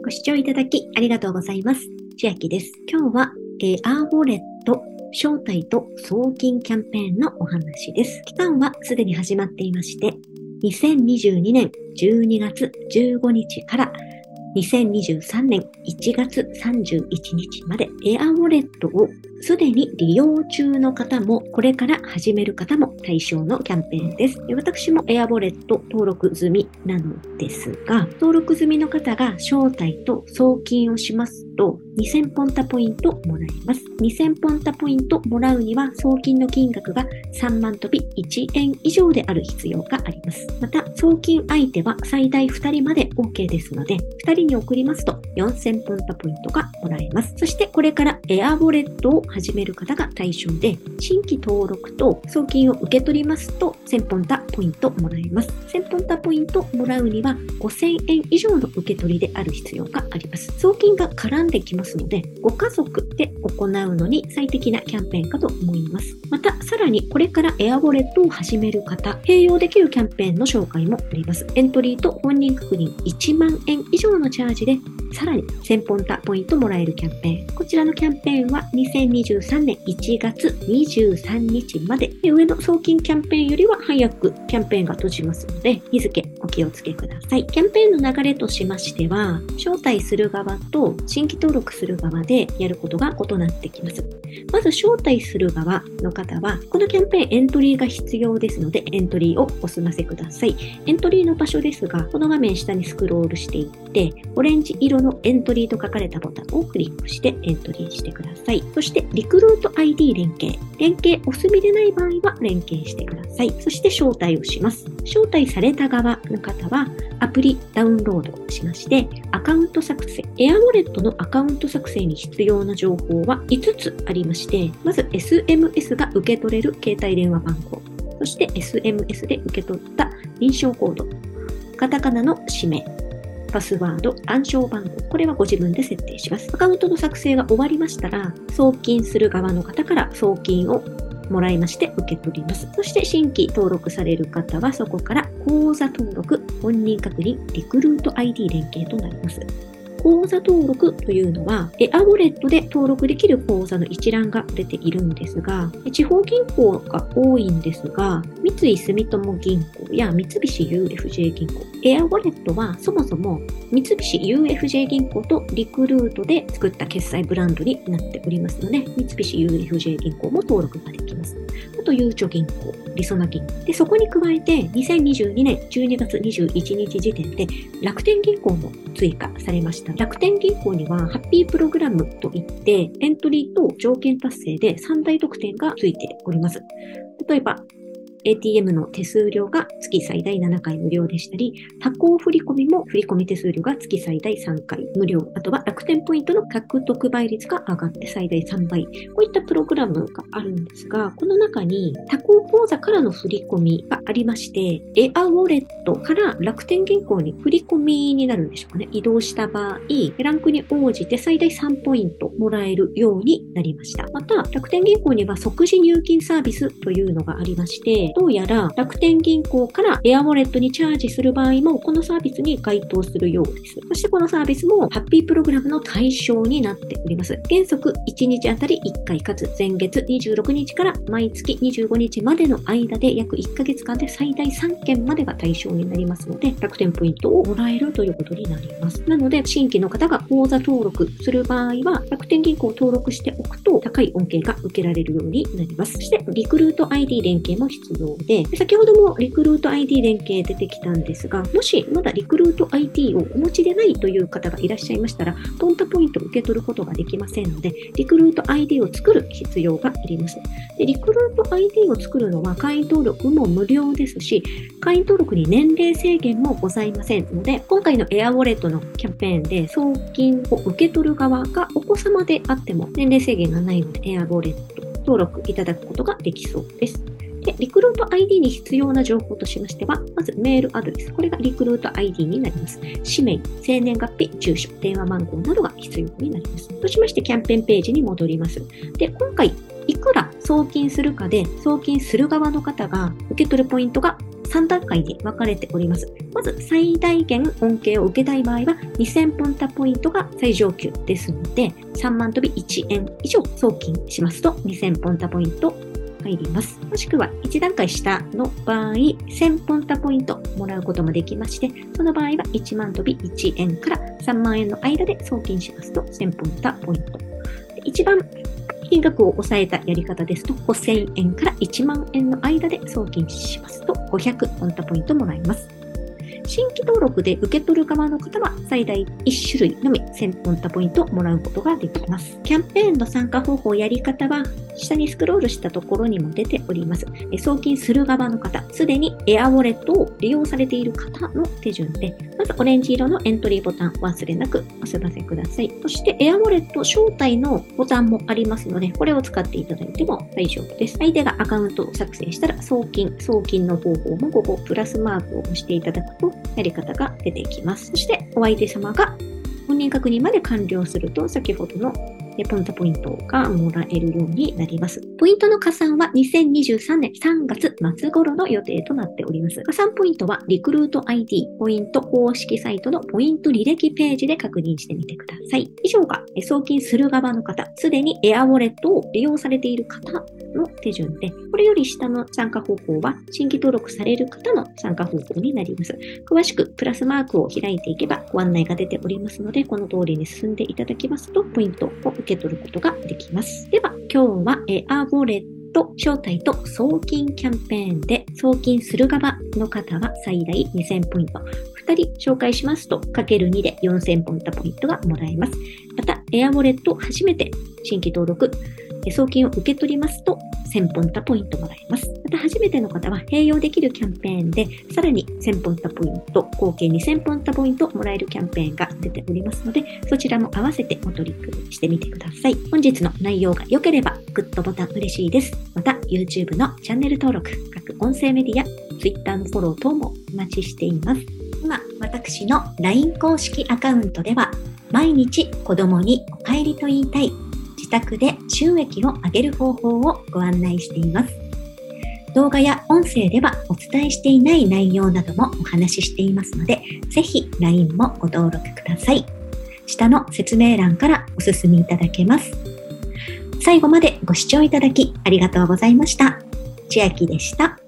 ご視聴いただきありがとうございます。千秋です。今日はエアウォレット招待と送金キャンペーンのお話です。期間はすでに始まっていまして、2022年12月15日から2023年1月31日までエアウォレットをすでに利用中の方もこれから始める方も対象のキャンペーンです。私もエアウォレット登録済みなのですが、登録済みの方が招待と送金をしますと2000ポンタポイントもらえます。2000ポンタポイントもらうには送金の金額が3万飛び1円以上である必要があります。また送金相手は最大2人まで OK ですので、2人に送りますと4000ポンタポイントがもらえます。そしてこれからエアウォレットを始める方が対象で、新規登録と送金を受け取りますと1000ポンタポイントもらえます。1000ポンタポイントもらうには5000円以上の受け取りである必要があります。送金が絡んできますので、ご家族で行うのに最適なキャンペーンかと思います。またさらにこれからエアウォレットを始める方、併用できるキャンペーンの紹介もあります。エントリーと本人確認1万円以上のチャージでさらに1000ポンタポイントもらえるキャンペーン。こちらのキャンペーンは2023年1月23日まで。上の送金キャンペーンよりは早くキャンペーンが閉じますので、日付お気をつけください。キャンペーンの流れとしましては、招待する側と新規登録する側でやることが異なってきます。まず招待する側の方は、このキャンペーンエントリーが必要ですので、エントリーをお済ませください。エントリーの場所ですが、この画面下にスクロールしていって、オレンジ色のエントリーと書かれたボタンをクリックしてエントリーしてください。そしてリクルート ID 連携お済みでない場合は連携してください。そして招待をします。招待された側の方はアプリダウンロードしまして、アカウント作成、エアウォレットのアカウント作成に必要な情報は5つありまして、まず SMS が受け取れる携帯電話番号、そして SMS で受け取った認証コード、カタカナの氏名、パスワード、暗証番号、これはご自分で設定します。アカウントの作成が終わりましたら、送金する側の方から送金をもらいまして受け取ります。そして新規登録される方はそこから口座登録、本人確認、リクルート ID 連携となります。口座登録というのは、エアウォレットで登録できる口座の一覧が出ているんですが、地方銀行が多いんですが、三井住友銀行や三菱 UFJ 銀行、エアウォレットはそもそも三菱 UFJ 銀行とリクルートで作った決済ブランドになっておりますので、三菱 UFJ 銀行も登録ができます。あと、ゆうちょ銀行、りそな銀行。で、そこに加えて、2022年12月21日時点で楽天銀行も追加されました。楽天銀行にはハッピープログラムといって、エントリーと条件達成で3大特典がついております。例えば、ATM の手数料が月最大7回無料でしたり、他行振込も振込手数料が月最大3回無料。あとは楽天ポイントの獲得倍率が上がって最大3倍。こういったプログラムがあるんですが、この中に他行口座からの振込がありまして、エアウォレットから楽天銀行に振込になるんでしょうかね。移動した場合、ランクに応じて最大3ポイントもらえるようになりました。また、楽天銀行には即時入金サービスというのがありまして、どうやら楽天銀行からエアウォレットにチャージする場合もこのサービスに該当するようです。そしてこのサービスもハッピープログラムの対象になっております。原則1日あたり1回かつ前月26日から毎月25日までの間で約1ヶ月間で最大3件までが対象になりますので、楽天ポイントをもらえるということになります。なので新規の方が口座登録する場合は楽天銀行を登録しておくと高い恩恵が受けられるようになります。そしてリクルート ID 連携も必要で、先ほどもリクルート ID 連携出てきたんですが、もしまだリクルート ID をお持ちでないという方がいらっしゃいましたら、ポンタポイントを受け取ることができませんので、リクルート ID を作る必要があります。で、リクルート ID を作るのは会員登録も無料ですし、会員登録に年齢制限もございませんので、今回のエアウォレットのキャンペーンで送金を受け取る側がお子様であっても年齢制限がないので、エアウォレット登録いただくことができそうです。で、リクルート ID に必要な情報としましては、まずメールアドレス。これがリクルート ID になります。氏名、生年月日、住所、電話番号などが必要になります。としまして、キャンペーンページに戻ります。で、今回、いくら送金するかで、送金する側の方が受け取るポイントが 3段階に分かれております。まず、最大限恩恵を受けたい場合は、2000ポンタポイントが最上級ですので、3万飛び1円以上送金しますと、2000ポンタポイント入ります。もしくは1段階下の場合、1000ポンタポイントもらうこともできまして、その場合は1万飛び1円から3万円の間で送金しますと1000ポンタポイント。一番金額を抑えたやり方ですと、5000円から1万円の間で送金しますと500ポンタポイントもらえます。新規登録で受け取る側の方は最大1種類のみ1000ポンタポイントをもらうことができます。キャンペーンの参加方法やり方は下にスクロールしたところにも出ております。送金する側の方、すでにエアウォレットを利用されている方の手順で、まずオレンジ色のエントリーボタンお忘れなくお知らせください。そしてエアウォレット招待のボタンもありますので、これを使っていただいても大丈夫です。相手がアカウントを作成したら送金の方法もここプラスマークを押していただくとやり方が出てきます。そしてお相手様が本人確認まで完了すると先ほどのポンタポイントがもらえるようになります。ポイントの加算は2023年3月末頃の予定となっております。加算ポイントはリクルート ID ポイント公式サイトのポイント履歴ページで確認してみてください。以上が送金する側の方、すでにエアウォレットを利用されている方の手順で、これより下の参加方法は新規登録される方の参加方法になります。詳しくプラスマークを開いていけばご案内が出ておりますので、この通りに進んでいただきますとポイントを受け取ることができます。では今日はエアウォレット招待と送金キャンペーンで送金する側の方は最大2000ポイント。2人紹介しますと ×2 で4000ポンタポイントがもらえます。またエアウォレット初めて新規登録送金を受け取りますと1000ポンタポイントもらえます。また初めての方は併用できるキャンペーンでさらに1000ポンタポイント、合計2000ポンタポイントもらえるキャンペーンが出ておりますので、そちらも合わせてお取り組みしてみてください。本日の内容が良ければグッドボタン嬉しいです。また YouTube のチャンネル登録、各音声メディア、Twitter のフォロー等もお待ちしています。今、私の LINE 公式アカウントでは毎日子供にお帰りと言いたい自宅で収益を上げる方法をご案内しています。動画や音声ではお伝えしていない内容などもお話ししていますので、ぜひ LINE もご登録ください。下の説明欄からお進みいただけます。最後までご視聴いただきありがとうございました。千秋でした。